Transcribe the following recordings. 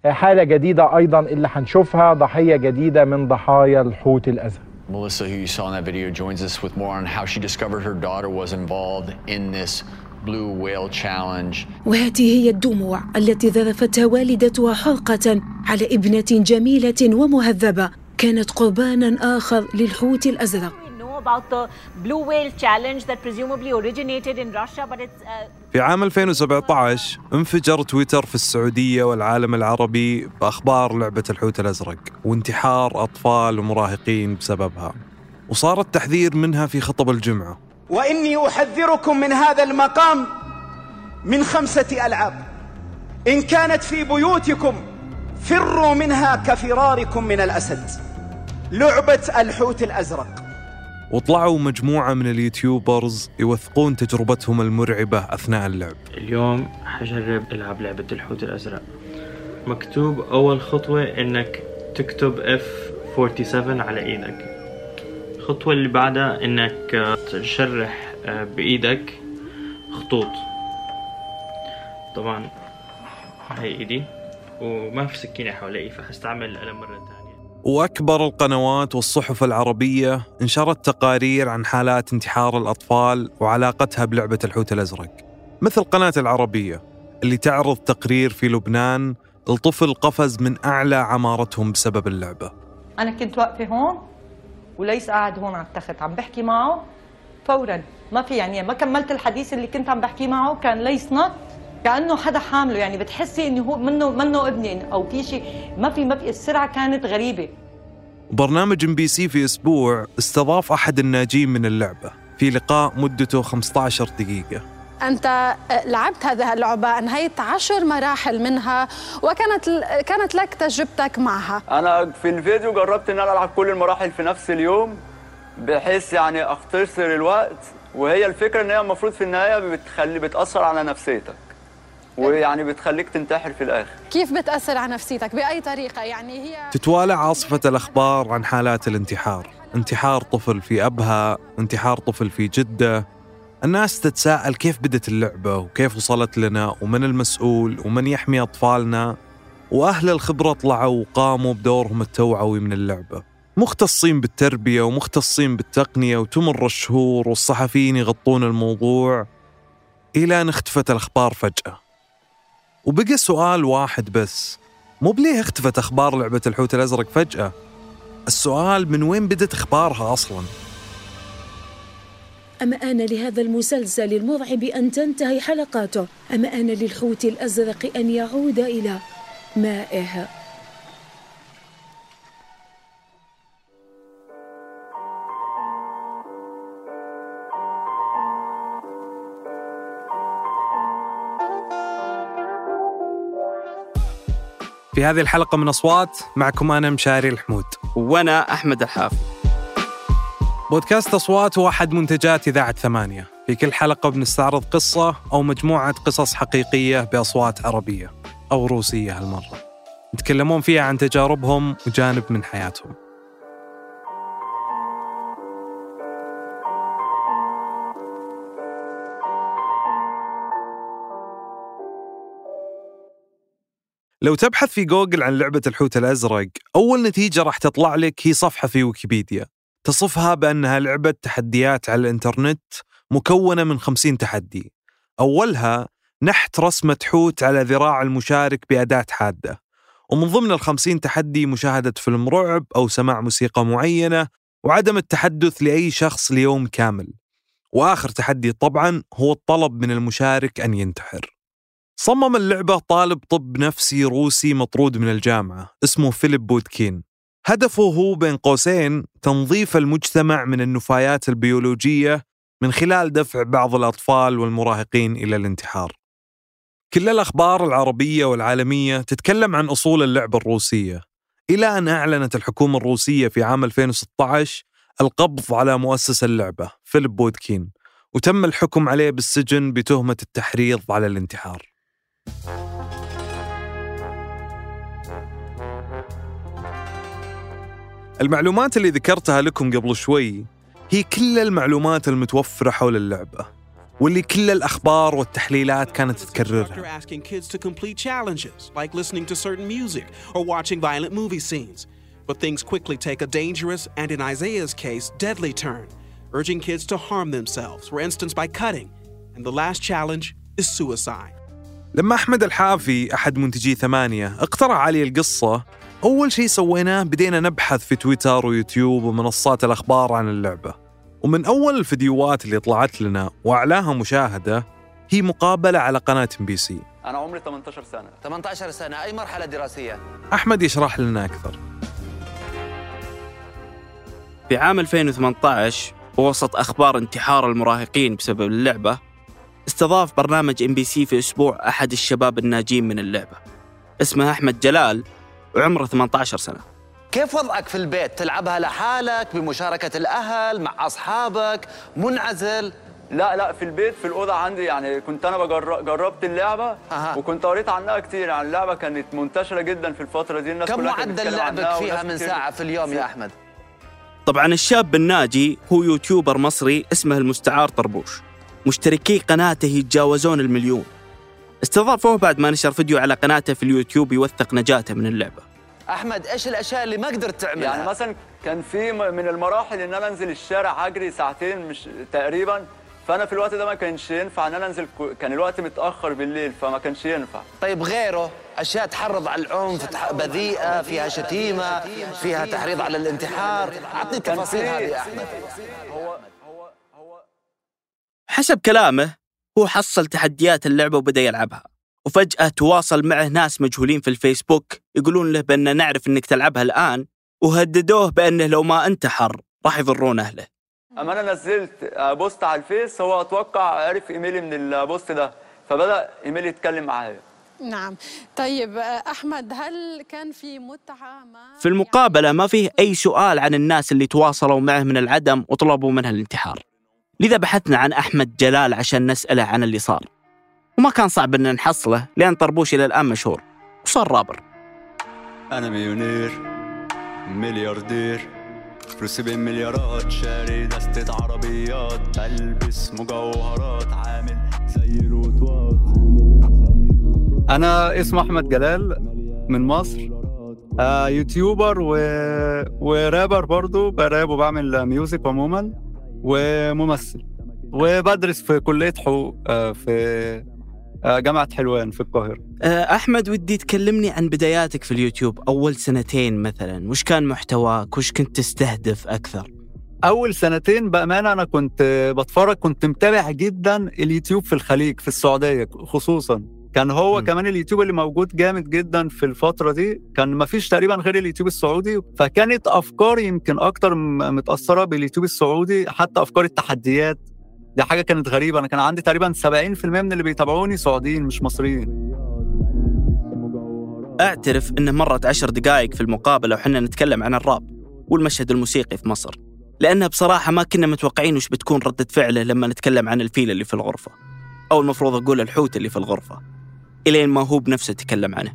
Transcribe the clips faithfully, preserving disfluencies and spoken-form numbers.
حالة جديدة أيضا اللي هنشوفها، ضحية جديدة من ضحايا الحوت الأزرق. Melissa, who you saw in that video, joins us with more on how she discovered her daughter was involved in this blue whale challenge. وهذه هي الدموع التي ذرفتها والدتها حرقة على ابنة جميلة ومهذبة كانت قربانا آخر للحوت الأزرق. في عام ألفين وسبعة عشر انفجر تويتر في السعودية والعالم العربي بأخبار لعبة الحوت الأزرق وانتحار أطفال ومراهقين بسببها، وصار التحذير منها في خطب الجمعة. وإني أحذركم من هذا المقام من خمسة ألعاب، إن كانت في بيوتكم فروا منها كفراركم من الأسد. لعبة الحوت الأزرق. وطلعوا مجموعة من اليوتيوبرز يوثقون تجربتهم المرعبة أثناء اللعب. اليوم حجرب ألعب لعبة الحوت الأزرق. مكتوب أول خطوة إنك تكتب إف سبعة وأربعين على إيدك. الخطوة اللي بعدها إنك تشرح بإيدك خطوط. طبعا هاي إيدي وما في سكينة حوالي، فهستعمل القلم مرة تانية. وأكبر القنوات والصحف العربية انشرت تقارير عن حالات انتحار الأطفال وعلاقتها بلعبة الحوت الأزرق، مثل قناة العربية اللي تعرض تقرير في لبنان الطفل قفز من أعلى عمارتهم بسبب اللعبة. أنا كنت واقفة هون وليس قاعد هون على التخت عم بحكي معه فوراً، ما في يعني ما كملت الحديث اللي كنت عم بحكي معه، كان ليس نط كأنه حدا حامله، يعني بتحسي إنه هو منه منه ابني أو في شيء، ما في ما في السرعة كانت غريبة. برنامج إم بي سي في أسبوع استضاف أحد الناجين من اللعبة في لقاء مدته خمسة عشر دقيقة. أنت لعبت هذه اللعبة، انهيت عشر مراحل منها، وكانت كانت لك تجربتك معها. أنا في الفيديو جربت إن أنا ألعب كل المراحل في نفس اليوم بحيث يعني أختصر الوقت، وهي الفكرة إن هي المفروض في النهاية بتخلي بتأثر على نفسيتك ويعني بتخليك تنتحر في الآخر. كيف بتأثر على نفسيتك؟ بأي طريقة؟ يعني هي تتوالى عاصفة الأخبار عن حالات الانتحار، انتحار طفل في أبها، انتحار طفل في جدة. الناس تتساءل كيف بدت اللعبة وكيف وصلت لنا ومن المسؤول ومن يحمي أطفالنا. وأهل الخبرة طلعوا وقاموا بدورهم التوعوي من اللعبة، مختصين بالتربية ومختصين بالتقنية، وتمر الشهور والصحفيين يغطون الموضوع إلى أن اختفت الأخبار فجأة. وبقى سؤال واحد بس، مو بليه اختفت أخبار لعبة الحوت الأزرق فجأة؟ السؤال من وين بدت أخبارها أصلاً؟ أما آن لهذا المسلسل المرعب أن تنتهي حلقاته، أما آن للحوت الأزرق أن يعود إلى مائه. في هذه الحلقة من أصوات معكم أنا مشاري الحمود وأنا أحمد الحافظ. بودكاست أصوات هو أحد منتجات إذاعة ثمانية. في كل حلقة بنستعرض قصة أو مجموعة قصص حقيقية بأصوات عربية أو روسية هالمرة، يتكلمون فيها عن تجاربهم وجانب من حياتهم. لو تبحث في جوجل عن لعبة الحوت الأزرق، أول نتيجة راح تطلع لك هي صفحة في ويكيبيديا تصفها بأنها لعبة تحديات على الإنترنت مكونة من خمسين تحدي. أولها نحت رسمة حوت على ذراع المشارك بأداة حادة، ومن ضمن الخمسين تحدي مشاهدة فيلم رعب أو سماع موسيقى معينة، وعدم التحدث لأي شخص ليوم كامل. وآخر تحدي طبعاً هو الطلب من المشارك أن ينتحر. صمم اللعبة طالب طب نفسي روسي مطرود من الجامعة اسمه فيليب بودكين. هدفه هو بين قوسين تنظيف المجتمع من النفايات البيولوجية من خلال دفع بعض الأطفال والمراهقين إلى الانتحار. كل الأخبار العربية والعالمية تتكلم عن أصول اللعبة الروسية، إلى أن أعلنت الحكومة الروسية في عام ألفين وستة عشر القبض على مؤسس اللعبة فيليب بودكين، وتم الحكم عليه بالسجن بتهمة التحريض على الانتحار. المعلومات اللي ذكرتها لكم قبل شوي هي كل المعلومات المتوفرة حول اللعبة، واللي كل الأخبار والتحليلات كانت تكررها. asking kids to complete challenges like listening to certain music or watching violent movie scenes. But things quickly take a dangerous and, in Isaiah's case, deadly turn, urging kids to harm themselves, for instance by cutting. And the last challenge is suicide. لما أحمد الحافي أحد منتجي ثمانية اقترح علي القصة، أول شيء سويناه بدينا نبحث في تويتر ويوتيوب ومنصات الأخبار عن اللعبة. ومن أول الفيديوهات اللي طلعت لنا وأعلاها مشاهدة هي مقابلة على قناة إم بي سي. أنا عمري ثمانية عشر سنة. ثمانية عشر سنة، أي مرحلة دراسية؟ أحمد يشرح لنا أكثر. في عام ألفين وثمانية عشر ووسط أخبار انتحار المراهقين بسبب اللعبة، استضاف برنامج إم بي سي في أسبوع أحد الشباب الناجين من اللعبة، اسمه أحمد جلال وعمره ثمانية عشر سنة. كيف وضعك في البيت؟ تلعبها لحالك بمشاركة الأهل مع أصحابك منعزل؟ لا لا في البيت في الأوضة عندي، يعني كنت أنا بجرب جربت اللعبة أه. وكنت قريت عنها كتير. يعني اللعبة كانت منتشرة جدا في الفترة دي، الناس كم معدل لعبك فيها من ساعة في اليوم يا أحمد؟ طبعا الشاب الناجي هو يوتيوبر مصري اسمه المستعار طربوش، مشتركي قناته يتجاوزون المليون. استضافوه بعد ما نشر فيديو على قناته في اليوتيوب يوثق نجاته من اللعبة. أحمد إيش الأشياء اللي ما قدرت تعملها؟ يعني مثلا كان في من المراحل إن أنا أنزل الشارع أجري ساعتين مش تقريبا، فأنا في الوقت ده ما كانش ينفع إن أنا أنزل، كان الوقت متأخر بالليل فما كانش ينفع. طيب غيره أشياء تحرض على العنف، بذيئة فيها شتيمة، فيها تحريض على الانتحار، أعطني تفاصيل هذه يا أحمد. هو هو هو حسب كلامه هو حصل تحديات اللعبة وبدأ يلعبها، وفجأة تواصل معه ناس مجهولين في الفيسبوك يقولون له بأن نعرف أنك تلعبها الآن، وهددوه بأنه لو ما انتحر راح يضرون أهله. أما أنا نزلت بوست على الفيس، هو أتوقع عرف إيميلي من البوست ده فبدأ إيميلي يتكلم معايا. نعم. طيب أحمد، هل كان في متعة ما؟ في المقابلة ما فيه أي سؤال عن الناس اللي تواصلوا معه من العدم وطلبوا منها الانتحار، لذا بحثنا عن أحمد جلال عشان نسأله عن اللي صار، وما كان صعب أن نحصله لأن طربوش إلى الآن مشهور وصار رابر. أنا مليونير ملياردير فلوس بالمليارات، شاري دستة عربيات، بلبس مجوهرات، عامل زي الوطواط. أنا اسمي أحمد جلال من مصر، آه يوتيوبر و... ورابر برضو، براب وبعمل ميوزك عموما وممثل، وبدرس في كلية حقوق آه في آه جامعة حلوان في القاهرة. أحمد، ودي تكلمني عن بداياتك في اليوتيوب أول سنتين مثلا، وش كان محتواك، وش كنت تستهدف أكثر؟ أول سنتين بأمانة أنا كنت بتفرج، كنت متابع جدا اليوتيوب في الخليج في السعودية خصوصا، كان هو م. كمان اليوتيوب اللي موجود جامد جدا في الفترة دي، كان ما فيش تقريبا غير اليوتيوب السعودي، فكانت أفكاري يمكن أكتر متأثرة باليوتيوب السعودي، حتى أفكار التحديات دي حاجة كانت غريبة. أنا كان عندي تقريبا سبعين بالمئة من اللي بيتابعوني سعوديين مش مصريين. أعترف إنه مرت عشر دقائق في المقابلة وحنا نتكلم عن الراب والمشهد الموسيقي في مصر، لأنها بصراحة ما كنا متوقعين وش بتكون ردة فعله لما نتكلم عن الفيل اللي في الغرفة، أو المفروض أقول الحوت اللي في الغرفة، إلين ما هو بنفسه تكلم عنه.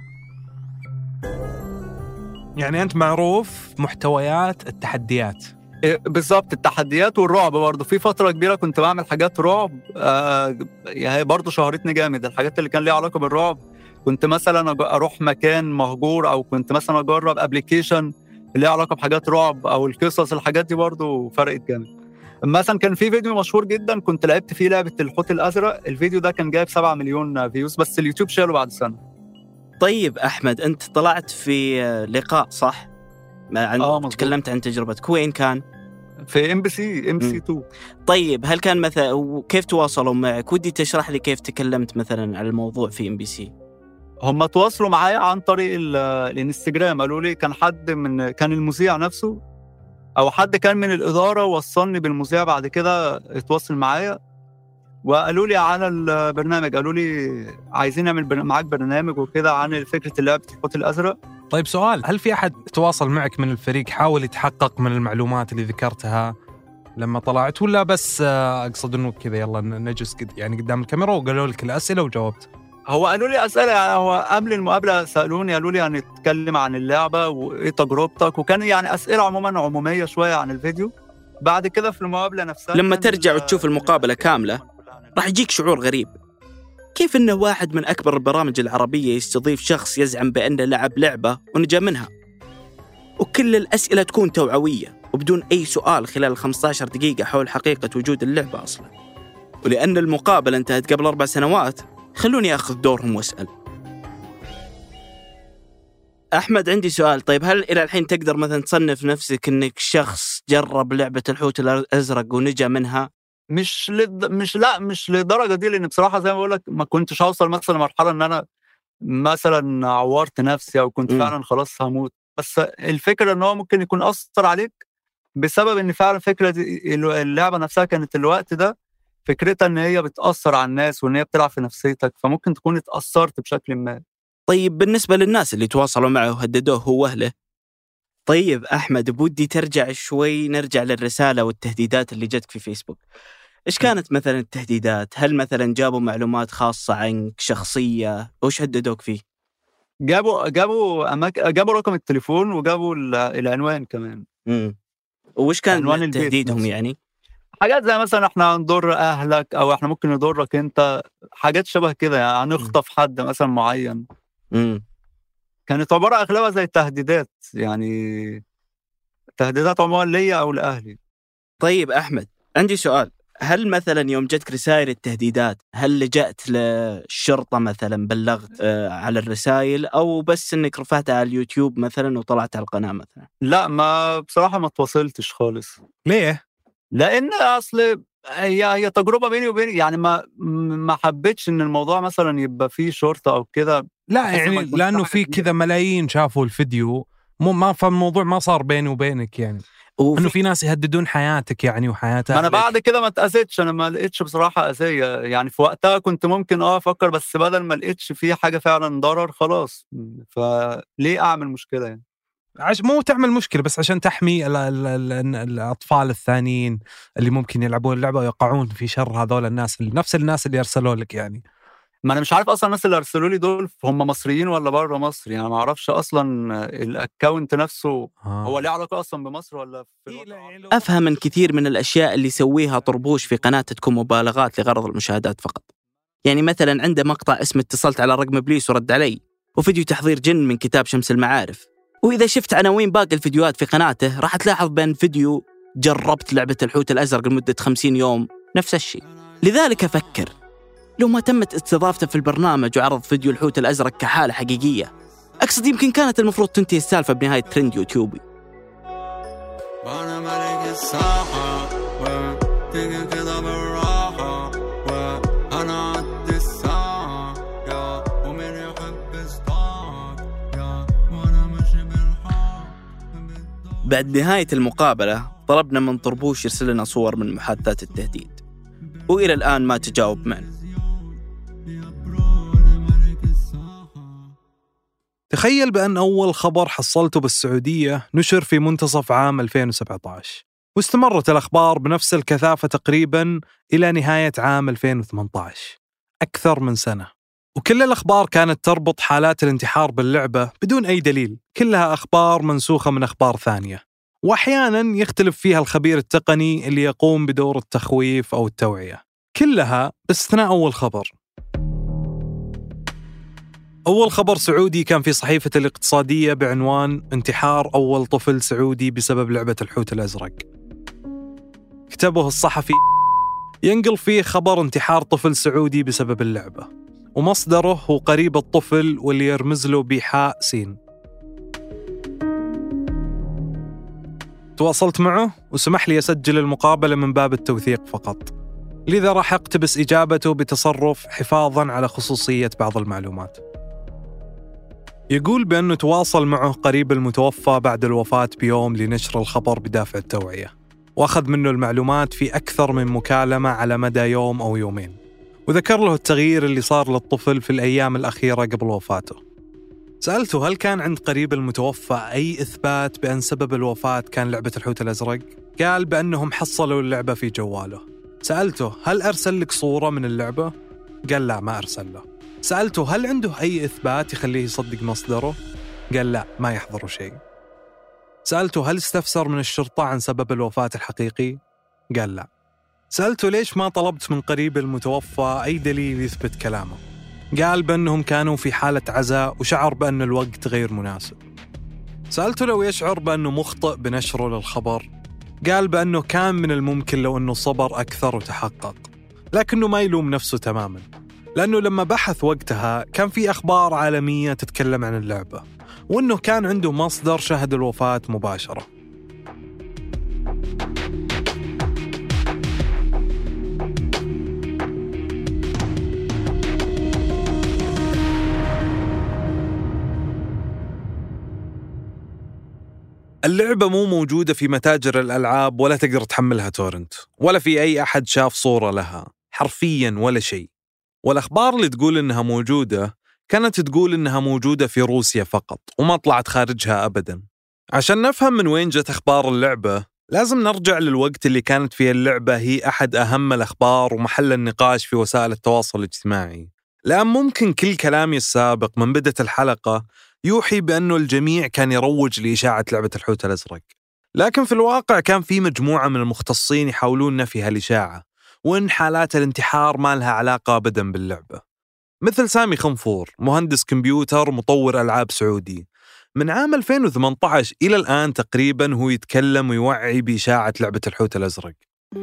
يعني أنت معروف محتويات التحديات. بالضبط، التحديات والرعب برضه. في فترة كبيرة كنت بعمل حاجات رعب، آه يعني برضه شهرتني جامد. الحاجات اللي كان ليها علاقة بالرعب، كنت مثلا أروح مكان مهجور، أو كنت مثلا أجرب أبليكيشن اللي ليها علاقة بحاجات رعب أو القصص. الحاجات دي برضه فرقت جامد. مثلا كان في فيديو مشهور جدا كنت لعبت فيه لعبة الحوت الأزرق، الفيديو ده كان جايب سبعة مليون فيوز، بس اليوتيوب شاله بعد سنة. طيب أحمد، أنت طلعت في لقاء صح؟ عن... آه تكلمت عن تجربتك، وين كان؟ في ام بي سي ام سي اثنين. طيب هل كان مثلا كيف تواصلوا معك؟ ودي تشرح لي كيف تكلمت مثلا على الموضوع في ام بي سي. هم تواصلوا معايا عن طريق الانستجرام، قالوا لي كان حد من كان المذيع نفسه او حد كان من الاداره وصلني بالمذيع، بعد كده اتواصل معايا وقالوا لي على البرنامج، قالوا لي عايزين نعمل معاك برنامج وكده عن فكره اللعبه الحوت الازرق. طيب سؤال، هل في أحد تواصل معك من الفريق حاول يتحقق من المعلومات اللي ذكرتها لما طلعت، ولا بس أقصد إنه كذا يلا نجلس يعني قدام الكاميرا وقالوا لك الأسئلة وجاوبت؟ هو قالوا لي أسئلة، يعني هو قبل المقابلة سألوني قالوا لي يعني تتكلم عن اللعبة وإيه تجربتك، وكان يعني أسئلة عموما عمومية شوية عن الفيديو. بعد كده في المقابلة نفسها لما ترجع وتشوف المقابلة كاملة راح يجيك شعور غريب. كيف إنه واحد من أكبر البرامج العربية يستضيف شخص يزعم بأنه لعب لعبة ونجا منها، وكل الأسئلة تكون توعوية وبدون أي سؤال خلال خمسة عشر دقيقة حول حقيقة وجود اللعبة أصلا. ولأن المقابلة انتهت قبل أربع سنوات خلوني أخذ دورهم وأسأل. أحمد، عندي سؤال. طيب هل إلى الحين تقدر مثلا تصنف نفسك إنك شخص جرب لعبة الحوت الأزرق ونجا منها؟ مش لد... مش لا مش لدرجة دي، لأن بصراحة زي ما بقولك ما كنتش هوصل مثلا مرحلة إن أنا مثلا عورت نفسي أو كنت م. فعلا خلاص هموت. بس الفكرة إن هو ممكن يكون أثر عليك بسبب إن فعلا فكرة دي اللعبة نفسها كانت الوقت ده فكرتها إن هي بتأثر على الناس وإن هي بتلعب في نفسيتك، فممكن تكون اتأثرت بشكل ما. طيب بالنسبة للناس اللي تواصلوا معه وهددوه هو وأهله، طيب أحمد بودي ترجع شوي، نرجع للرسالة والتهديدات اللي جتك في فيسبوك. إيش كانت مثلا التهديدات؟ هل مثلا جابوا معلومات خاصة عنك شخصية؟ وش هددوك فيه؟ جابوا جابوا أماك... جابوا رقم التليفون وجابوا العنوان كمان. امم وش كان تهديدهم يعني؟ حاجات زي مثلا احنا هنضر أهلك أو احنا ممكن نضرك أنت، حاجات شبه كده يعني، هنخطف حد مثلا معين. امم كانت عبارة أغلبها زي التهديدات، يعني تهديدات عموما ليا أو لأهلي. طيب أحمد، عندي سؤال. هل مثلا يوم جتك رسائل التهديدات هل لجأت للشرطة مثلا، بلغت آه على الرسائل، أو بس إنك رفعتها على اليوتيوب مثلا وطلعت على القناة مثلا؟ لا، ما بصراحة ما تواصلتش خالص. ليه؟ لأن أصل هي هي تجربة بيني وبيني، يعني ما ما حبيتش إن الموضوع مثلا يبقى فيه شرطة أو كده. لا يعني لأنه في كذا ملايين شافوا الفيديو، مو ما فالموضوع ما صار بيني وبينك يعني، وفي... إنه في ناس يهددون حياتك يعني وحياتك. أنا بعد كده ما تأذيتش، أنا ما لقيتش بصراحة أذية يعني. في وقتها كنت ممكن أه أفكر، بس بدل ما لقيتش فيه حاجة فعلا ضرر خلاص، فليه أعمل مشكلة يعني؟ عش مو تعمل مشكلة، بس عشان تحمي ال ال ال الأطفال الثانيين اللي ممكن يلعبون اللعبة ويقعون في شر هذول الناس، اللي نفس الناس اللي أرسلوا لك يعني. ما أنا مش عارف أصلا الناس اللي أرسلوا لي دول هم مصريين ولا برا مصر يعني، ما أعرفش أصلا الأكاونت نفسه آه. هو ليه علاقة أصلا بمصر ولا في الوطن؟ أفهم من كثير من الأشياء اللي يسويها طربوش في قناته تكون مبالغات لغرض المشاهدات فقط. يعني مثلا عنده مقطع اسمه اتصلت على رقم إبليس ورد علي، وفيديو تحضير جن من كتاب شمس المعارف. وإذا شفت عناوين باقي الفيديوهات في قناته راح تلاحظ بين فيديو جربت لعبة الحوت الأزرق لمدة خمسين يوم نفس الشيء. لذلك أفكر لو ما تمت استضافته في البرنامج وعرض فيديو الحوت الأزرق كحالة حقيقية، أقصد يمكن كانت المفروض تنتهي السالفة بنهاية ترند يوتيوبي. بعد نهاية المقابلة طلبنا من طربوش يرسل لنا صور من محادثات التهديد، وإلى الآن ما تجاوب معنا. تخيل بأن أول خبر حصلته بالسعودية نشر في منتصف عام ألفين وسبعة عشر، واستمرت الأخبار بنفس الكثافة تقريباً إلى نهاية عام ألفين وثمانية عشر، أكثر من سنة. وكل الأخبار كانت تربط حالات الانتحار باللعبة بدون أي دليل، كلها أخبار منسوخة من أخبار ثانية، وأحياناً يختلف فيها الخبير التقني اللي يقوم بدور التخويف أو التوعية، كلها باستثناء أول خبر. أول خبر سعودي كان في صحيفة الاقتصادية بعنوان انتحار أول طفل سعودي بسبب لعبة الحوت الأزرق. كتبه الصحفي ينقل فيه خبر انتحار طفل سعودي بسبب اللعبة، ومصدره هو قريب الطفل واللي يرمز له بحاء سين. تواصلت معه وسمح لي أسجل المقابلة من باب التوثيق فقط، لذا راح أقتبس إجابته بتصرف حفاظاً على خصوصية بعض المعلومات. يقول بأنه تواصل معه قريب المتوفى بعد الوفاة بيوم لنشر الخبر بدافع التوعية، وأخذ منه المعلومات في أكثر من مكالمة على مدى يوم أو يومين، وذكر له التغيير اللي صار للطفل في الأيام الأخيرة قبل وفاته. سألته هل كان عند قريب المتوفى أي إثبات بأن سبب الوفاة كان لعبة الحوت الأزرق؟ قال بأنهم حصلوا اللعبة في جواله. سألته هل أرسل لك صورة من اللعبة؟ قال لا، ما أرسل له. سألته هل عنده أي إثبات يخليه يصدق مصدره؟ قال لا، ما يحضره شيء. سألته هل استفسر من الشرطة عن سبب الوفاة الحقيقي؟ قال لا. سألته ليش ما طلبت من قريب المتوفى أي دليل يثبت كلامه. قال بأنهم كانوا في حالة عزاء وشعر بأن الوقت غير مناسب. سألته لو يشعر بأنه مخطئ بنشره للخبر. قال بأنه كان من الممكن لو أنه صبر أكثر وتحقق، لكنه ما يلوم نفسه تماماً، لأنه لما بحث وقتها كان في أخبار عالمية تتكلم عن اللعبة، وأنه كان عنده مصدر شهد الوفاة مباشرة. اللعبة مو موجودة في متاجر الألعاب ولا تقدر تحملها تورنت، ولا في أي أحد شاف صورة لها حرفياً ولا شيء. والأخبار اللي تقول إنها موجودة كانت تقول إنها موجودة في روسيا فقط وما طلعت خارجها أبداً. عشان نفهم من وين جت أخبار اللعبة لازم نرجع للوقت اللي كانت فيه اللعبة هي أحد أهم الأخبار ومحل النقاش في وسائل التواصل الاجتماعي. لأن ممكن كل كلامي السابق من بداية الحلقة يوحي بأنه الجميع كان يروج لإشاعة لعبة الحوت الأزرق، لكن في الواقع كان في مجموعة من المختصين يحاولون نفي هالإشاعة، وإن حالات الانتحار ما لها علاقة أبداً باللعبة. مثل سامي خنفور، مهندس كمبيوتر مطور ألعاب سعودي، من عام ألفين وثمانية عشر إلى الآن تقريباً هو يتكلم ويوعي بإشاعة لعبة الحوت الأزرق.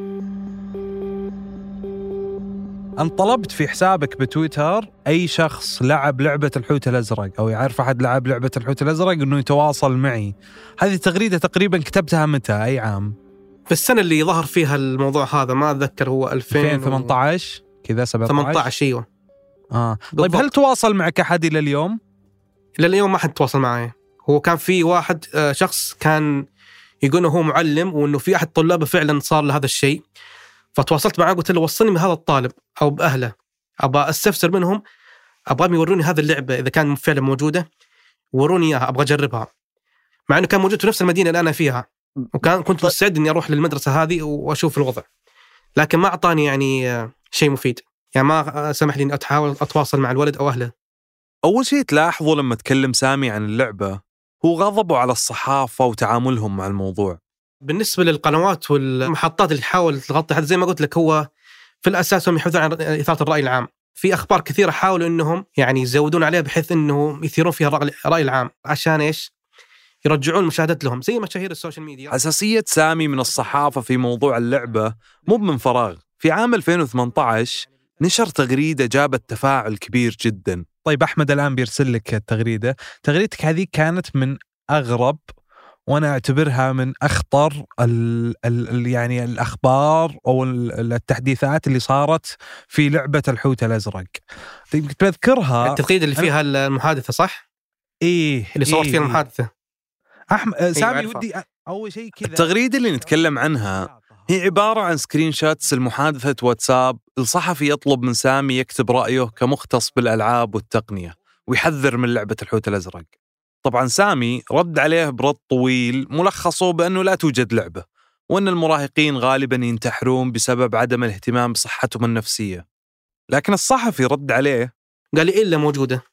أن طلبت في حسابك بتويتر أي شخص لعب لعبة الحوت الأزرق أو يعرف أحد لعب لعبة الحوت الأزرق إنه يتواصل معي. هذه تغريدة تقريباً كتبتها متى؟ أي عام؟ في السنة اللي ظهر فيها الموضوع هذا، ما أتذكر، هو ألفين وثمانية عشر كذا سبعة عشر ثمانية عشر. أيوة. آه. طيب هل تواصل معك أحد إلى اليوم؟ إلى اليوم ما حد تواصل معي. هو كان في واحد شخص كان يقول إنه هو معلم وإنه في أحد طلابه فعلاً صار له هذا الشيء، فتواصلت معه قلت له وصلني من هذا الطالب أو بأهله، أبغى أستفسر منهم، أبغى يوروني هذه اللعبة إذا كان فعلا موجودة، وروني إياها أبغى أجربها، مع إنه كان موجود في نفس المدينة اللي أنا فيها، وكان كنت مستعد إني أروح للمدرسة هذه وأشوف الوضع، لكن ما أعطاني يعني شيء مفيد، يعني ما سمح لي إني أحاول أتواصل مع الولد أو أهله. أول شيء تلاحظه لما تكلم سامي عن اللعبة هو غضبه على الصحافة وتعاملهم مع الموضوع. بالنسبة للقنوات والمحطات اللي تحاول تغطي هذا، زي ما قلت لك، هو في الأساس هم يحافظون على إثارة الرأي العام. في أخبار كثيرة حاولوا إنهم يعني يزودون عليها بحيث إنه يثيرون فيها الرأي العام، عشان إيش؟ يرجعون مشاهدات لهم زي مشاهير السوشيال ميديا. حساسية سامي من الصحافة في موضوع اللعبة مو من فراغ. في عام ألفين وثمانية عشر نشر تغريدة جابت تفاعل كبير جدا. طيب أحمد الآن بيرسل لك التغريدة. تغريدتك هذه كانت من أغرب وأنا أعتبرها من أخطر ال ال يعني الأخبار أو التحديثات اللي صارت في لعبة الحوت الأزرق. طيب بذكرها التغريدة اللي فيها المحادثة، صح؟ إيه اللي صارت إيه فيها المحادثة. أحمد سامي أيوة ودي أول شيء كذا. التغريدة اللي نتكلم عنها هي عبارة عن سكرين شوتس المحادثة واتساب. الصحفي يطلب من سامي يكتب رأيه كمختص بالألعاب والتقنية ويحذر من لعبة الحوت الأزرق. طبعا سامي رد عليه برد طويل ملخصه بأنه لا توجد لعبة، وأن المراهقين غالبا ينتحرون بسبب عدم الاهتمام بصحتهم النفسية. لكن الصحفي رد عليه قال لي إلا موجودة،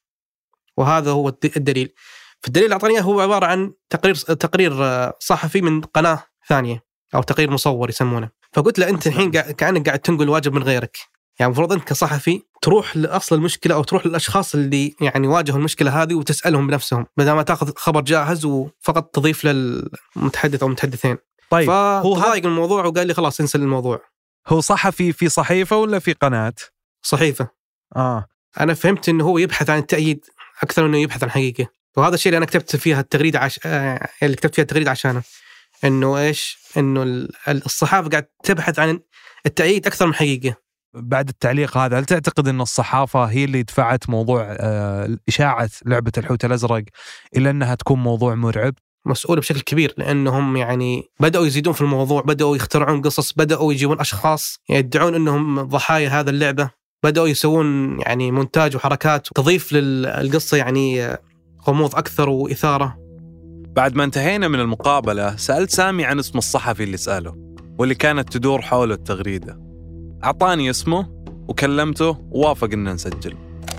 وهذا هو الدليل. فالدليل أعطانيه هو عبارة عن تقرير تقرير صحفي من قناة ثانية أو تقرير مصور يسمونه. فقلت له أنت الحين كأنك قاعد تنقل واجب من غيرك، يعني المفروض أنت كصحفي تروح لأصل المشكلة أو تروح للأشخاص اللي يعني واجهوا المشكلة هذه وتسألهم بنفسهم، بدل ما تأخذ خبر جاهز وفقط تضيف للمتحدث أو متحدثين. طيب فضايق الموضوع وقال لي خلاص انسى الموضوع. هو صحفي في صحيفة ولا في قناة؟ صحيفة. آه. أنا فهمت إنه هو يبحث عن التأييد أكثر من إنه يبحث عن حقيقة، وهذا الشيء اللي أنا كتبت فيها التغريدة عش... آه... اللي كتبت فيها التغريدة عشانه، إنه إيش؟ إنه الصحافة قاعد تبحث عن التأييد أكثر من حقيقة. بعد التعليق هذا هل تعتقد أن الصحافة هي اللي دفعت موضوع آه... إشاعة لعبة الحوت الأزرق إلى أنها تكون موضوع مرعب؟ مسؤولة بشكل كبير، لأنهم يعني بدأوا يزيدون في الموضوع، بدأوا يخترعون قصص، بدأوا يجيبون أشخاص يدعون أنهم ضحايا هذا اللعبة، بدأوا يسوون يعني مونتاج وحركات تضيف للقصة يعني غموض أكثر وإثارة. بعد ما انتهينا من المقابلة سألت سامي عن اسم الصحفي اللي سأله واللي كانت تدور حوله التغريدة. أعطاني اسمه وكلمته ووافق إننا نسجل.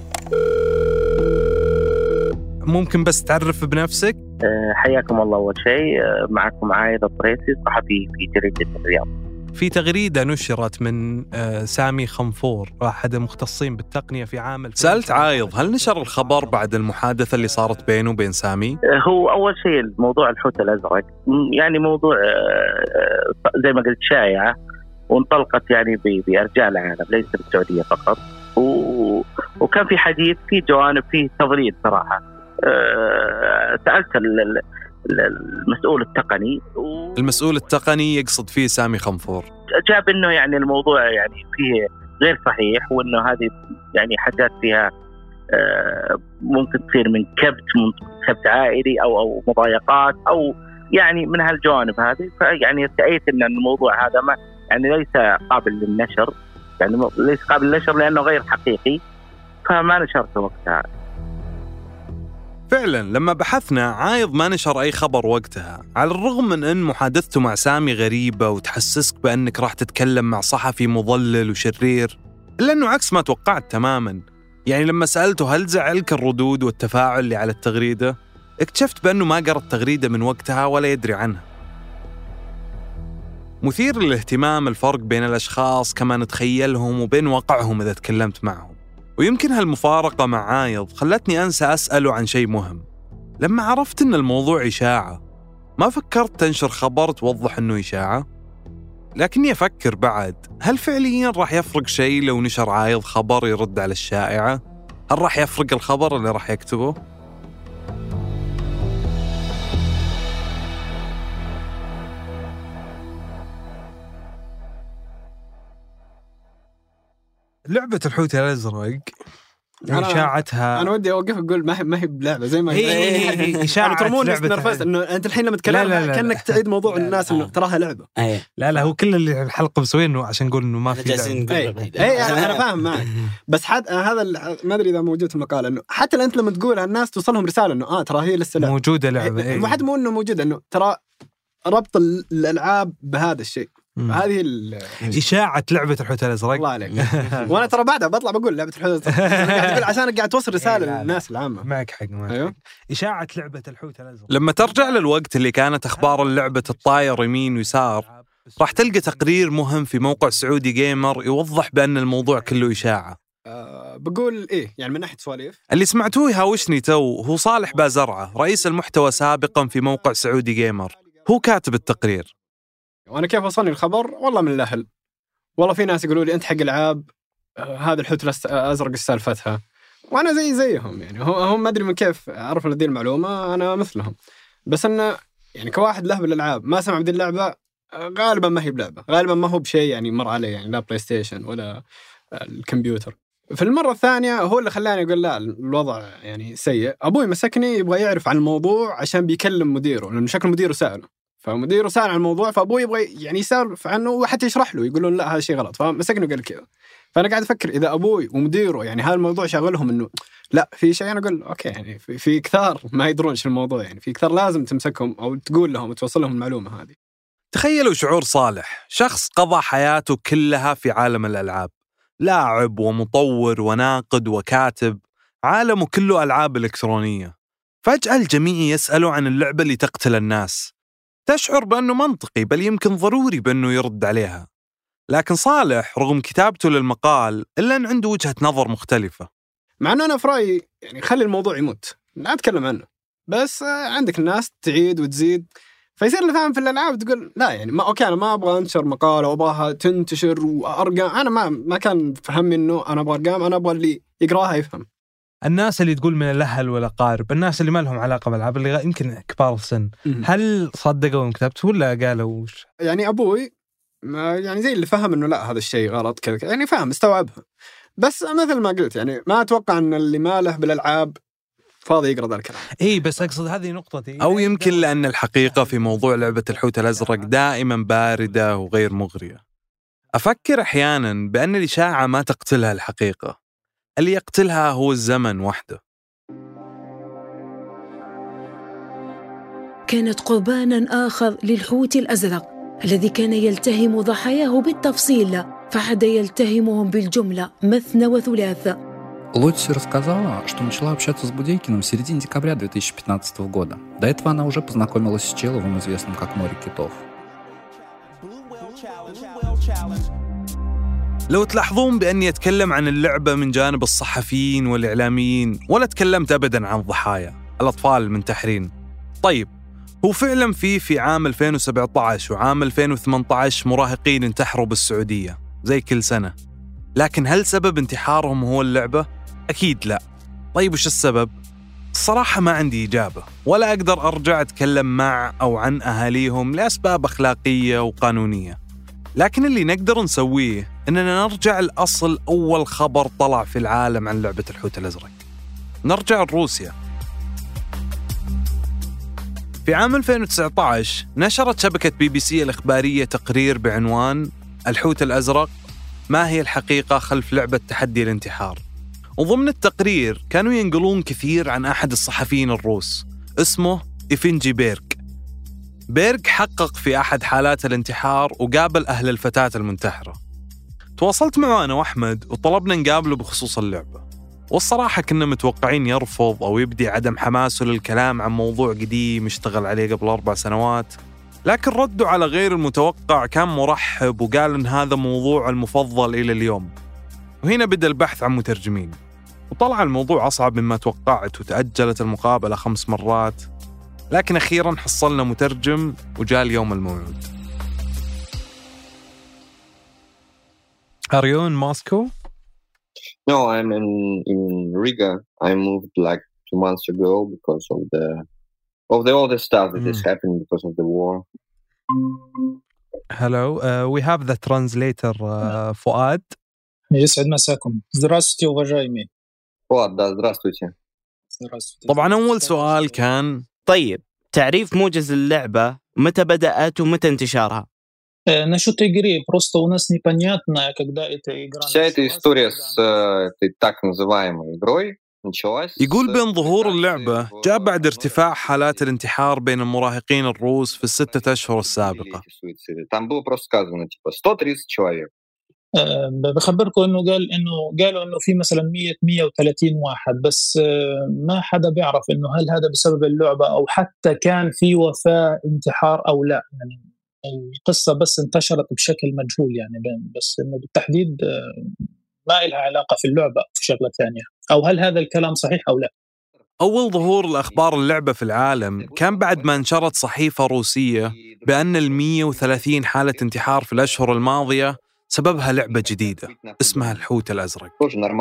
ممكن بس تعرف بنفسك؟ حياكم الله. أول شيء معكم عايد الطريسي، صحفي في جريدة الرياض. في تغريدة نشرت من سامي خنفور أحد المختصين بالتقنية في عام. سألت عايض هل نشر الخبر بعد المحادثة اللي صارت بينه وبين سامي؟ هو أول شيء الموضوع الحوت الأزرق يعني موضوع زي ما قلت شائعة وانطلقت يعني بأرجاء العالم ليس بالسعودية فقط، وكان في حديث في جوانب فيه تضليل صراحة. سألت المسؤول التقني و... المسؤول التقني يقصد فيه سامي خنفور، جاب انه يعني الموضوع يعني فيه غير صحيح، وانه هذه يعني حاجات فيها ممكن تصير من كبت من كبت عائلي او او مضايقات او يعني من هالجوانب هذه. فيعني ارتأيت ان الموضوع هذا ما يعني ليس قابل للنشر، يعني ليس قابل للنشر لانه غير حقيقي، فما نشرته وقتها. فعلا لما بحثنا عايض ما نشر أي خبر وقتها، على الرغم من أن محادثته مع سامي غريبة وتحسسك بأنك راح تتكلم مع صحفي مضلل وشرير، إلا أنه عكس ما توقعت تماما. يعني لما سألته هل زعلك الردود والتفاعل اللي على التغريدة، اكتشفت بأنه ما قرأ التغريدة من وقتها ولا يدري عنها. مثير للاهتمام الفرق بين الأشخاص كما نتخيلهم وبين واقعهم إذا تكلمت معهم. ويمكن هالمفارقة مع عايض خلتني أنسى أسأله عن شيء مهم. لما عرفت إن الموضوع إشاعة ما فكرت تنشر خبر توضح إنه إشاعة، لكني أفكر بعد هل فعلياً راح يفرق شيء لو نشر عايض خبر يرد على الشائعة؟ هل راح يفرق الخبر اللي راح يكتبه؟ لعبة الحوت الأزرق إشاعتها أنا ودي أوقف أقول ما هي ما هي بلعبة زي ما هي هي هي إشاعة ترمون نرفز إنه أنت الحين لما تتكلم كأنك تعيد موضوع الناس إنه تراها لعبة. لا لا هو كل اللي الحلقة مسوينه عشان نقول إنه ما في لعبة. أي أنا أنا فاهم معك، بس حد هذا ما أدري إذا موجود في المقالة إنه حتى أنت لما تقولها الناس توصلهم رسالة إنه آه ترى هي لسه لعبة موجودة لعبة. ما حد مو إنه موجودة إنه ترى ربط الألعاب بهذا الشيء. هذه إشاعة لعبة الحوت الأزرق. الله عليك. وأنا ترى بعدها بطلع بقول لعبة الحوت الأزرق قاعد أقول عشان قاعد توصل رسالة للناس العامة. معك حق معك. أيوه. إشاعة لعبة الحوت الأزرق. لما ترجع للوقت اللي كانت أخبار اللعبة الطاير يمين ويسار راح تلقى تقرير مهم في موقع سعودي جيمر يوضح بأن الموضوع كله إشاعة. أه بقول إيه يعني من ناحية سواليف اللي سمعتوه يهاوشني تو هو صالح بازرعة رئيس المحتوى سابقا في موقع سعودي جيمر، هو كاتب التقرير. وأنا كيف وصلني الخبر؟ والله من الأهل، والله في ناس يقولوا لي أنت حق العاب هذا الحوت الأزرق استلفتها، وأنا زي زيهم يعني هم ما أدري من كيف عرفوا هذه المعلومة، أنا مثلهم. بس أنه يعني كواحد له بالألعاب ما سمع بدي اللعبة غالبا ما هي بلعبة، غالبا ما هو بشيء يعني مر عليه يعني لا بلاي ستيشن ولا الكمبيوتر. في المرة الثانية هو اللي خلاني أقول لا الوضع يعني سيء. أبوي مسكني يبغى يعرف عن الموضوع عشان بيكلم مديره، لأنه شكل مديره سأله، فمديره سأل عن الموضوع، فأبوي يبغى يعني يسولف عنه وحتى يشرح له، يقولون لا هذا شيء غلط، فمسكني وقال كذا. فأنا قاعد أفكر إذا أبوي ومديره يعني هذا الموضوع شغلهم إنه لا في شيء، أنا أقول أوكي يعني في, في كثار ما يدرون شو الموضوع، يعني في كثار لازم تمسكهم أو تقول لهم وتوصل لهم المعلومة هذه. تخيلوا شعور صالح، شخص قضى حياته كلها في عالم الألعاب، لاعب ومطور وناقد وكاتب، عالمه كله ألعاب إلكترونية. فجأة الجميع يسألوا عن اللعبة اللي تقتل الناس، تشعر بأنه منطقي بل يمكن ضروري بأنه يرد عليها. لكن صالح رغم كتابته للمقال إلا أن عنده وجهة نظر مختلفة. مع أنه أنا في رأيي يعني خلي الموضوع يموت لا أتكلم عنه، بس عندك الناس تعيد وتزيد، فيصير اللي فاهم في الألعاب تقول لا يعني ما أوكي أنا ما أبغى أنشر مقالة وأبغاها تنتشر وأرقام، أنا ما ما كان فهمي إنه أنا أبغى أرقام، أنا أبغى اللي يقراها يفهم. الناس اللي تقول من الأهل والأقارب، الناس اللي ما لهم علاقة بالألعاب اللي يمكن كبار السن، هل صدقوا إن كتبت ولا قالوا وش؟ يعني أبوي يعني زي اللي فهم إنه لا هذا الشيء غلط كذا، يعني فهم استوعبها، بس مثل ما قلت يعني ما أتوقع إن اللي ما له بالألعاب فاضي يقرأ ذا الكلام. إيه بس أقصد هذه نقطتي. أو يمكن لأن الحقيقة في موضوع لعبة الحوت الأزرق دائما باردة وغير مغرية. أفكر أحيانا بأن الإشاعة ما تقتلها الحقيقة، اللي يقتلها هو الزمن وحده. كانت قرباناً آخر للحوت الأزرق الذي كان يلتهم ضحاياه بالتفصيل فعاد يلتهمهم بالجملة مثنى وثلاث. Лотти рассказала, что начала общаться с Будейкиным в середине декабря две тысячи пятнадцатого года. До этого она уже познакомилась с Человым, известным как Море Китов. لو تلاحظون بأني أتكلم عن اللعبة من جانب الصحفيين والإعلاميين، ولا تكلمت أبداً عن الضحايا الأطفال المنتحرين. طيب، هو فعلاً في في عام ألفين وسبعة عشر وعام ألفين وثمانية عشر مراهقين انتحروا بالسعودية زي كل سنة، لكن هل سبب انتحارهم هو اللعبة؟ أكيد لا. طيب وش السبب؟ الصراحة ما عندي إجابة، ولا أقدر أرجع أتكلم مع أو عن أهاليهم لأسباب أخلاقية وقانونية. لكن اللي نقدر نسويه إننا نرجع لأصل أول خبر طلع في العالم عن لعبة الحوت الأزرق. نرجع لروسيا. في عام ألفين وتسعة عشر نشرت شبكة بي بي سي الإخبارية تقرير بعنوان الحوت الأزرق، ما هي الحقيقة خلف لعبة تحدي الانتحار. وضمن التقرير كانوا ينقلون كثير عن أحد الصحفيين الروس اسمه إيفنجي بيرغ. بيرغ حقق في أحد حالات الانتحار وقابل أهل الفتاة المنتحرة. تواصلت معه أنا وأحمد وطلبنا نقابله بخصوص اللعبة، والصراحة كنا متوقعين يرفض أو يبدي عدم حماسه للكلام عن موضوع قديم اشتغل عليه قبل أربع سنوات، لكن رده على غير المتوقع كان مرحب وقال إن هذا موضوع المفضل إلى اليوم. وهنا بدأ البحث عن مترجمين، وطلع الموضوع أصعب مما توقعت وتأجلت المقابلة خمس مرات، لكن أخيراً حصلنا مترجم وجاء اليوم الموعود. Are you in Moscow? No, I'm in, in Riga. I moved like two months ago because of the of the all the stuff that mm. is happening because of the war. Hello, uh, we have the translator uh, Fuad. يسعد مساكم. здравствуйте уважаемые. Fuad, да, здравствуйте. طبعا أول سؤال كان طيب تعريف موجز اللعبة، متى بدأت ومتى انتشارها؟ Насчет игры, просто у нас непонятно, когда эта игра... Вся эта история с этой так называемой игрой началась... يقول بأن ظهور اللعبة جاء بعد ارتفاع حالات الانتحار بين المراهقين الروس في الستة أشهر السابقة. Там было просто сказано, типа, сто тридцать человек. بخبركم انه قال انه قالوا انه في مثلا مية مية وثلاثين واحد، بس ما حدا بيعرف انه هل هذا بسبب اللعبة او حتى كان في وفاة انتحار او لا. يعني القصة بس انتشرت بشكل مجهول يعني، بس انه بالتحديد ما لها علاقة في اللعبة أو في شغلة ثانية، او هل هذا الكلام صحيح او لا. أول ظهور الأخبار اللعبة في العالم كان بعد ما انشرت صحيفة روسية بأن المية وثلاثين حالة انتحار في الأشهر الماضية سببها لعبة جديدة اسمها الحوت الأزرق.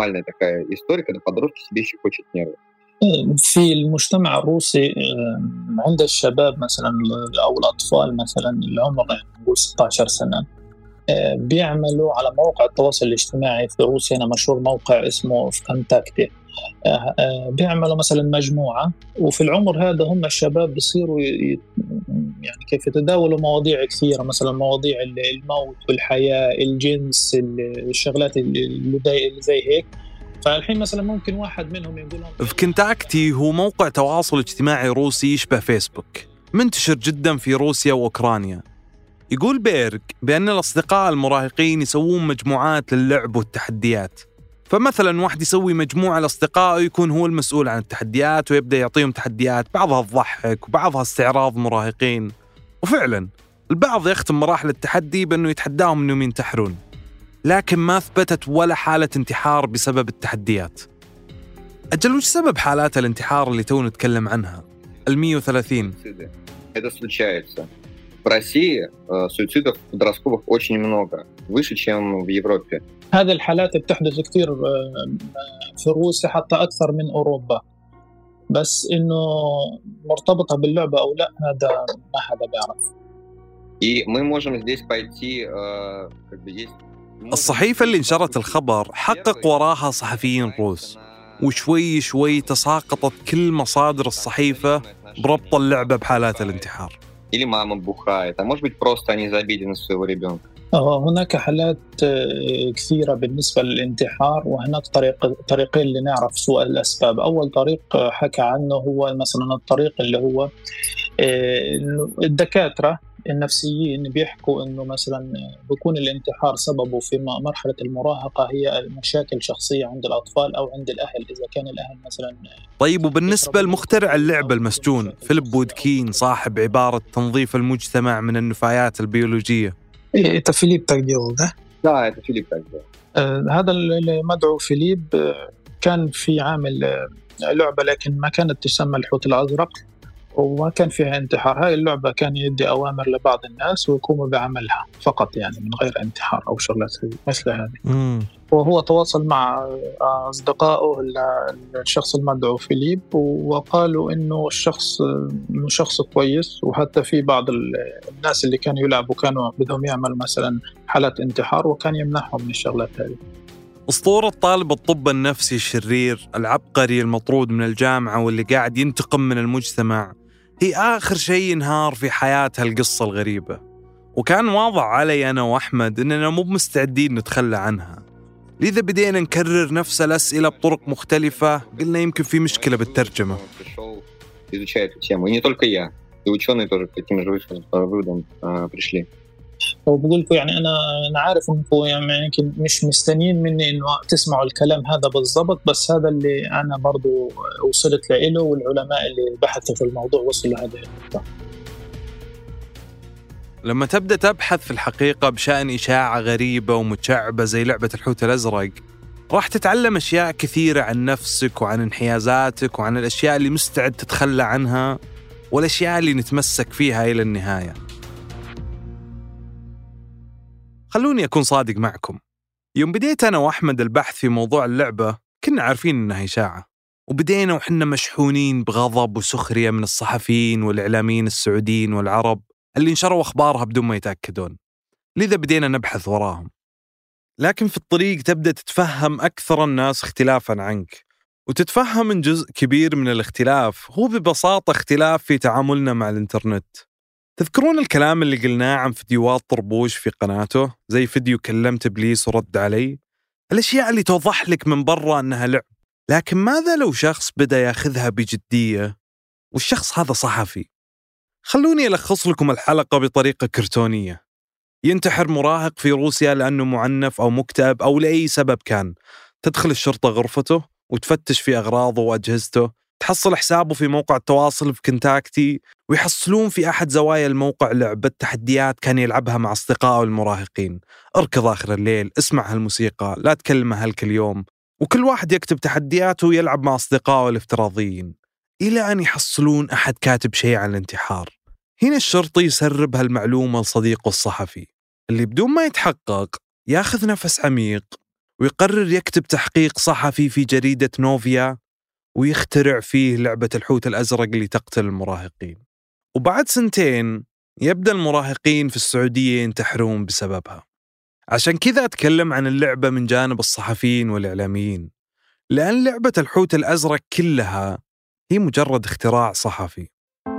في المجتمع الروسي عند الشباب مثلا أو الأطفال مثلا العمر نقول ستة عشر سنة بيعملوا على مواقع التواصل الاجتماعي في روسيا. أنا مشهور موقع اسمه فكونتاكتي، بيعملوا مثلا مجموعة، وفي العمر هذا هم الشباب بيصيروا يعني كيف يتداولوا مواضيع كثيرة، مثلا مواضيع الموت والحياة، الجنس، الشغلات اللي زي هيك. فالحين مثلا ممكن واحد منهم يقول لهم فكونتاكتي هو موقع تواصل اجتماعي روسي يشبه فيسبوك، منتشر جدا في روسيا وأوكرانيا. يقول بيرغ بأن الأصدقاء المراهقين يسوون مجموعات للعب والتحديات، فمثلا واحد يسوي مجموعة لأصدقائه يكون هو المسؤول عن التحديات ويبدأ يعطيهم تحديات، بعضها تضحك وبعضها استعراض مراهقين. وفعلا البعض يختم مراحل التحدي بأنه يتحداهم أنهم ينتحرون، لكن ما ثبتت ولا حالة انتحار بسبب التحديات. أجل وش سبب حالات الانتحار اللي تو نتكلم عنها المية وثلاثين؟ Это случается. В России суицидов подростковых очень много, выше, чем в Европе. هذه الحالات بتحدث كثير في روسيا حتى أكثر من أوروبا، بس إنه مرتبطة باللعبة أو لا هذا ما حدا بيعرف. И мы можем здесь пойти, как бы есть. الصحيفة اللي نشرت الخبر حقق وراها صحفيين روس، وشوي شوي تساقطت كل مصادر الصحيفة بربط اللعبة بحالات الانتحار. Или мама бухает, а может быть просто они забили на своего ребенка. هناك حالات كثيرة بالنسبة للانتحار، وهناك طريق طريقين اللي نعرف سوء الأسباب. أول طريق حكى عنه هو مثلا الطريق اللي هو الدكاترة النفسيين بيحكوا إنه مثلا بيكون الانتحار سببه في مرحلة المراهقة هي مشاكل شخصية عند الأطفال أو عند الأهل، إذا كان الأهل مثلا. طيب وبالنسبة لمخترع اللعبة المسجون فيليب بودكين صاحب عبارة تنظيف المجتمع من النفايات البيولوجية، إيه فيليب تاكديرو ده؟ لا это فيليب تاكديرو. آه هذا المدعو فيليب آه كان في عامل آه لعبة لكن ما كانت تسمى الحوت الأزرق وما كان فيها انتحار. هاي اللعبة كان يدي أوامر لبعض الناس ويقوموا بعملها فقط يعني من غير انتحار أو شغلات مثل هذه. مم. وهو تواصل مع أصدقائه الشخص المدعو فيليب وقالوا إنه الشخص إنه شخص كويس، وحتى في بعض الناس اللي كانوا يلعبوا كانوا بدهم يعمل مثلا حالات انتحار وكان يمنعهم من الشغلات هذه. أسطورة طالب الطب النفسي الشرير العبقري المطرود من الجامعة واللي قاعد ينتقم من المجتمع هي آخر شيء ينهار في حياة هالقصة الغريبة، وكان واضح علي أنا وأحمد إننا مو مستعدين نتخلى عنها، لذا بدينا نكرر نفس الأسئلة بطرق مختلفة. قلنا يمكن في مشكلة بالترجمة. وبقول لكم يعني أنا أنا عارف إنكم يعني يمكن مش مستنين مني إنه تسمعوا الكلام هذا بالضبط، بس هذا اللي أنا برضو وصلت له والعلماء اللي بحثوا في الموضوع وصلوا لهذه النقطة. لما تبدأ تبحث في الحقيقة بشأن إشاعة غريبة ومتشعبة زي لعبة الحوت الأزرق راح تتعلم أشياء كثيرة عن نفسك وعن انحيازاتك وعن الأشياء اللي مستعد تتخلى عنها والأشياء اللي نتمسك فيها إلى النهاية. خلوني أكون صادق معكم، يوم بديت أنا وأحمد البحث في موضوع اللعبة كنا عارفين إنها إشاعة، وبدينا وحنا مشحونين بغضب وسخرية من الصحفيين والإعلاميين السعوديين والعرب اللي نشروا أخبارها بدون ما يتأكدون، لذا بدينا نبحث وراهم. لكن في الطريق تبدأ تتفهم أكثر الناس اختلافاً عنك، وتتفهم من جزء كبير من الاختلاف هو ببساطة اختلاف في تعاملنا مع الإنترنت. تذكرون الكلام اللي قلناه عن فيديوهات طربوش في قناته زي فيديو كلمت إبليس ورد علي؟ الأشياء اللي توضح لك من برا أنها لعب، لكن ماذا لو شخص بدأ ياخذها بجدية والشخص هذا صحفي؟ خلوني ألخص لكم الحلقة بطريقة كرتونية. ينتحر مراهق في روسيا لأنه معنف أو مكتئب أو لأي سبب كان، تدخل الشرطة غرفته وتفتش في أغراضه وأجهزته، تحصل حسابه في موقع التواصل في كنتاكتي، ويحصلون في أحد زوايا الموقع لعبة تحديات كان يلعبها مع أصدقائه المراهقين. اركض آخر الليل، اسمع هالموسيقى، لا تكلمه هالكل يوم، وكل واحد يكتب تحدياته ويلعب مع أصدقائه الافتراضيين إلى أن يحصلون أحد كاتب شيء عن الانتحار. هنا الشرطي يسرب هالمعلومة لصديقه الصحفي اللي بدون ما يتحقق ياخذ نفس عميق ويقرر يكتب تحقيق صحفي في جريدة نوفيا ويخترع فيه لعبة الحوت الأزرق اللي تقتل المراهقين. وبعد سنتين يبدأ المراهقين في السعودية ينتحرون بسببها. عشان كذا أتكلم عن اللعبة من جانب الصحفيين والإعلاميين، لأن لعبة الحوت الأزرق كلها هي مجرد اختراع صحفي.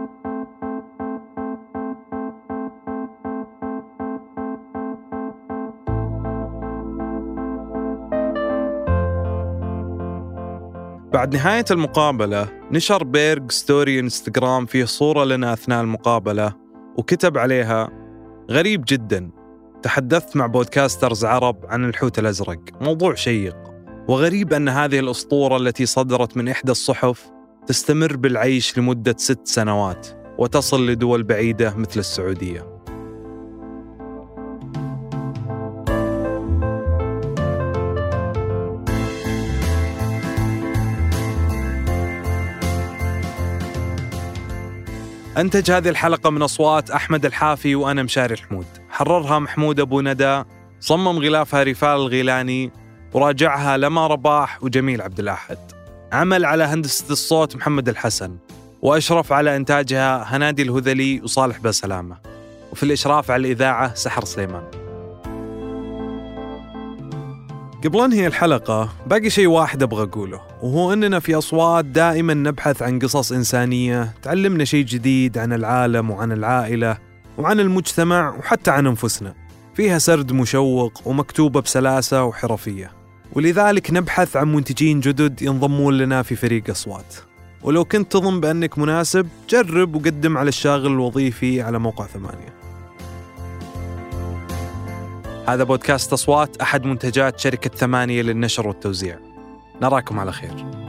بعد نهاية المقابلة نشر بيرغ ستوري انستغرام فيه صورة لنا أثناء المقابلة وكتب عليها: غريب جدا، تحدثت مع بودكاسترز عرب عن الحوت الأزرق، موضوع شيق، وغريب أن هذه الأسطورة التي صدرت من إحدى الصحف تستمر بالعيش لمدة ست سنوات وتصل لدول بعيدة مثل السعودية. أنتج هذه الحلقة من أصوات أحمد الحافي وأنا مشاري الحمود، حررها محمود أبو ندى، صمم غلافها رفال الغيلاني، وراجعها لما رباح وجميل عبد الأحد. عمل على هندسة الصوت محمد الحسن، وأشرف على إنتاجها هنادي الهذلي وصالح بسلامة، وفي الإشراف على الإذاعة سحر سليمان. قبل أنهي الحلقة باقي شيء واحد أبغى أقوله، وهو أننا في أصوات دائما نبحث عن قصص إنسانية تعلمنا شيء جديد عن العالم وعن العائلة وعن المجتمع وحتى عن أنفسنا، فيها سرد مشوق ومكتوبة بسلاسة وحرفية، ولذلك نبحث عن منتجين جدد ينضمون لنا في فريق أصوات. ولو كنت تظن بأنك مناسب جرب وقدم على الشاغل الوظيفي على موقع ثمانية. هذا بودكاست أصوات، أحد منتجات شركة ثمانية للنشر والتوزيع. نراكم على خير.